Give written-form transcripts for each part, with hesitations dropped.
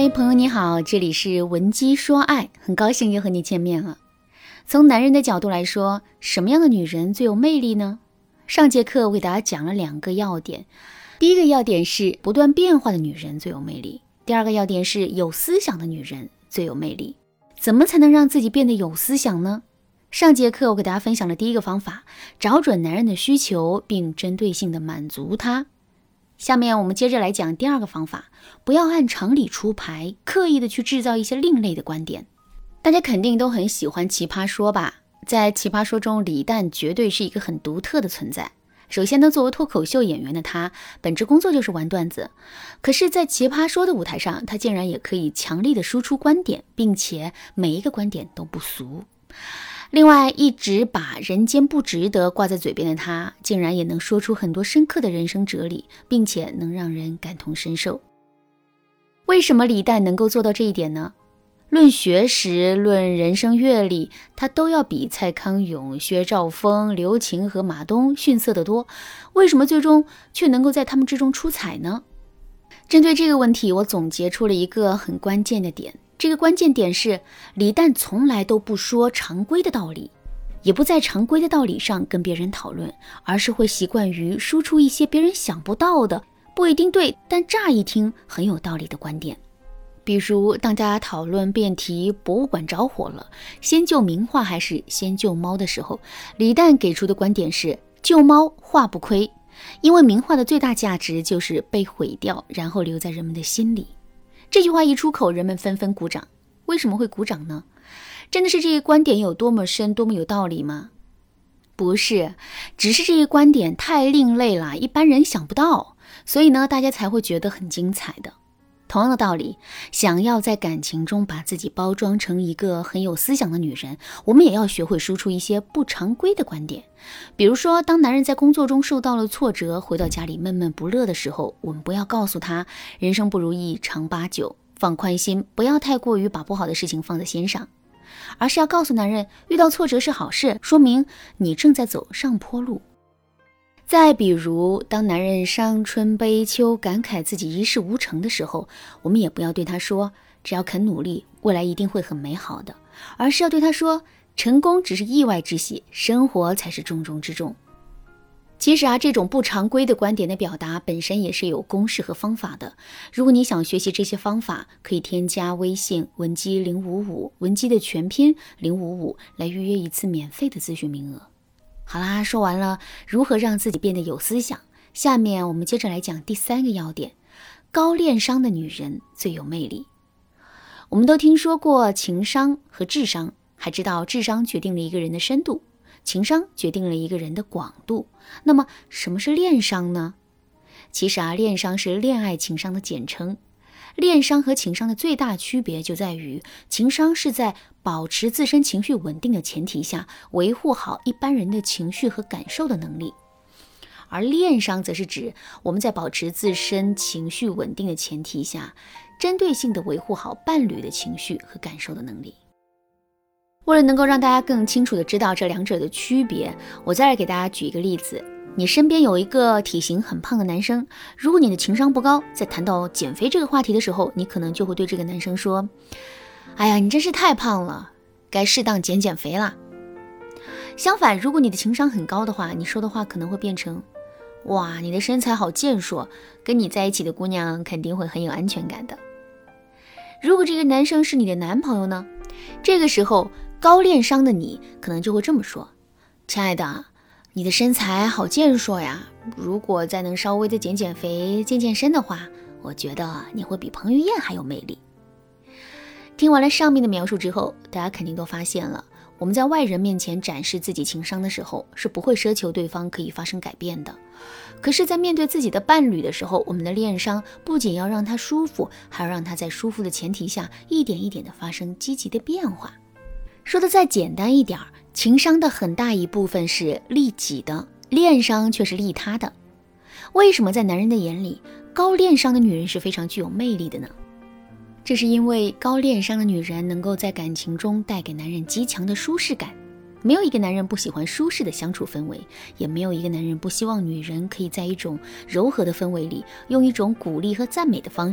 嗨，朋友你好，这里是文姬说爱，很高兴又和你见面了。从男人的角度来说，什么样的女人最有魅力呢？上节课我给大家讲了2个要点，第一个要点是不断变化的女人最有魅力，第二个要点是有思想的女人最有魅力。怎么才能让自己变得有思想呢？上节课我给大家分享了第一个方法，找准男人的需求并针对性的满足他。下面我们接着来讲第二个方法，不要按常理出牌，刻意的去制造一些另类的观点。大家肯定都很喜欢奇葩说吧？在奇葩说中，李诞绝对是一个很独特的存在。首先呢，作为脱口秀演员的他，本职工作就是玩段子。可是在奇葩说的舞台上，他竟然也可以强力的输出观点，并且每一个观点都不俗。另外，一直把人间不值得挂在嘴边的他，竟然也能说出很多深刻的人生哲理，并且能让人感同身受。为什么李诞能够做到这一点呢？论学识，论人生阅历，他都要比蔡康永、薛兆丰、刘擎和马东逊色得多。为什么最终却能够在他们之中出彩呢？针对这个问题，我总结出了一个很关键的点。这个关键点是，李诞从来都不说常规的道理，也不在常规的道理上跟别人讨论，而是会习惯于输出一些别人想不到的，不一定对，但乍一听很有道理的观点。比如当大家讨论辩题博物馆着火了，先救名画还是先救猫的时候，李诞给出的观点是救猫画不亏，因为名画的最大价值就是被毁掉，然后留在人们的心里。这句话一出口，人们纷纷鼓掌。为什么会鼓掌呢？真的是这个观点有多么深，多么有道理吗？不是，只是这个观点太另类了，一般人想不到，所以呢，大家才会觉得很精彩的。同样的道理，想要在感情中把自己包装成一个很有思想的女人，我们也要学会输出一些不常规的观点。比如说，当男人在工作中受到了挫折，回到家里闷闷不乐的时候，我们不要告诉他人生不如意常八九，放宽心，不要太过于把不好的事情放在心上，而是要告诉男人，遇到挫折是好事，说明你正在走上坡路。再比如，当男人伤春悲秋，感慨自己一事无成的时候，我们也不要对他说只要肯努力，未来一定会很美好的，而是要对他说，成功只是意外之喜，生活才是重中之重。其实这种不常规的观点的表达本身也是有公式和方法的。如果你想学习这些方法，可以添加微信文姬055，文姬的全拼055，来预约一次免费的咨询名额。好啦，说完了如何让自己变得有思想，下面我们接着来讲第3个要点，高恋商的女人最有魅力。我们都听说过情商和智商，还知道智商决定了一个人的深度，情商决定了一个人的广度。那么什么是恋商呢？其实恋商是恋爱情商的简称。恋商和情商的最大区别就在于，情商是在保持自身情绪稳定的前提下，维护好一般人的情绪和感受的能力，而恋商则是指我们在保持自身情绪稳定的前提下，针对性的维护好伴侣的情绪和感受的能力。为了能够让大家更清楚地知道这两者的区别，我再来给大家举一个例子。你身边有一个体型很胖的男生，如果你的情商不高，在谈到减肥这个话题的时候，你可能就会对这个男生说，哎呀，你真是太胖了，该适当减肥啦。相反，如果你的情商很高的话，你说的话可能会变成，哇，你的身材好健硕，跟你在一起的姑娘肯定会很有安全感的。如果这个男生是你的男朋友呢？这个时候高恋商的你可能就会这么说，亲爱的，你的身材好健硕呀，如果再能稍微的减肥健身的话，我觉得你会比彭于晏还有魅力。听完了上面的描述之后，大家肯定都发现了，我们在外人面前展示自己情商的时候，是不会奢求对方可以发生改变的。可是在面对自己的伴侣的时候，我们的恋商不仅要让他舒服，还要让他在舒服的前提下，一点一点的发生积极的变化。说的再简单一点，情商的很大一部分是利己的，恋商却是利他的。为什么在男人的眼里，高恋商的女人是非常具有魅力的呢？这是因为高恋商的女人能够在感情中带给男人极强的舒适感。没有一个男人不喜欢舒适的相处氛围，也没有一个男人不希望女人可以在一种柔和的氛围里，用一种鼓励和赞美的方式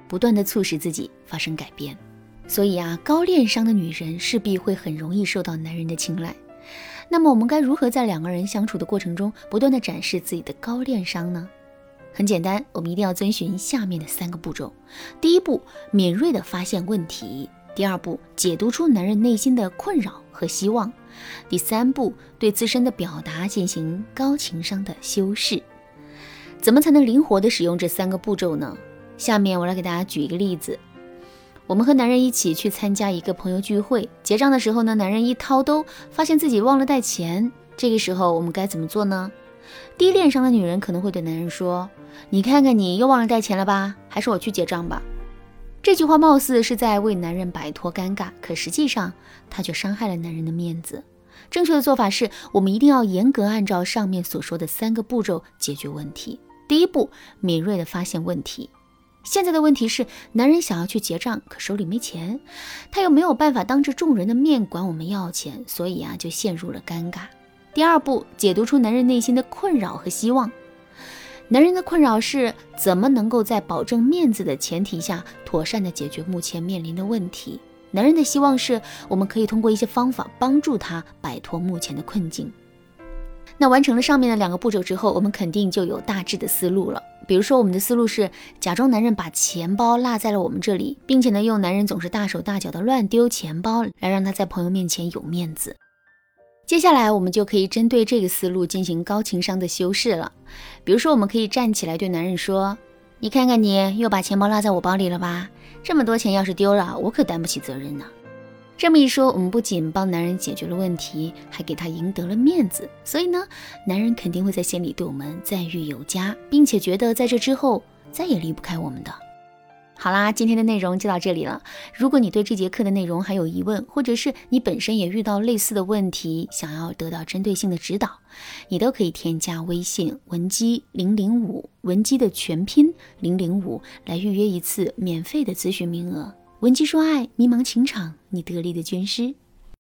不断地促使自己发生改变。所以高恋商的女人势必会很容易受到男人的青睐。那么我们该如何在两个人相处的过程中不断地展示自己的高恋商呢？很简单，我们一定要遵循下面的3个步骤。第一步，敏锐地发现问题；第二步，解读出男人内心的困扰和希望；第三步，对自身的表达进行高情商的修饰。怎么才能灵活地使用这3个步骤呢？下面我来给大家举一个例子。我们和男人一起去参加一个朋友聚会，结账的时候呢，男人一掏兜，发现自己忘了带钱。这个时候我们该怎么做呢？低恋商的女人可能会对男人说，你看看你又忘了带钱了吧，还是我去结账吧。这句话貌似是在为男人摆脱尴尬，可实际上他却伤害了男人的面子。正确的做法是，我们一定要严格按照上面所说的3个步骤解决问题。第一步，敏锐地发现问题。现在的问题是，男人想要去结账，可手里没钱，他又没有办法当着众人的面管我们要钱，所以就陷入了尴尬。第二步，解读出男人内心的困扰和希望。男人的困扰是怎么能够在保证面子的前提下妥善地解决目前面临的问题。男人的希望是我们可以通过一些方法帮助他摆脱目前的困境。那完成了上面的2个步骤之后，我们肯定就有大致的思路了。比如说我们的思路是假装男人把钱包落在了我们这里，并且呢用男人总是大手大脚的乱丢钱包来让他在朋友面前有面子。接下来我们就可以针对这个思路进行高情商的修饰了。比如说我们可以站起来对男人说，你看看你又把钱包落在我包里了吧，这么多钱要是丢了，我可担不起责任呢。这么一说，我们不仅帮男人解决了问题，还给他赢得了面子，所以呢，男人肯定会在心里对我们赞誉有加，并且觉得在这之后再也离不开我们的。好啦，今天的内容就到这里了。如果你对这节课的内容还有疑问，或者是你本身也遇到类似的问题，想要得到针对性的指导，你都可以添加微信文姬005，文姬的全拼005，来预约一次免费的咨询名额。文姬说爱，迷茫情场，你得力的军师。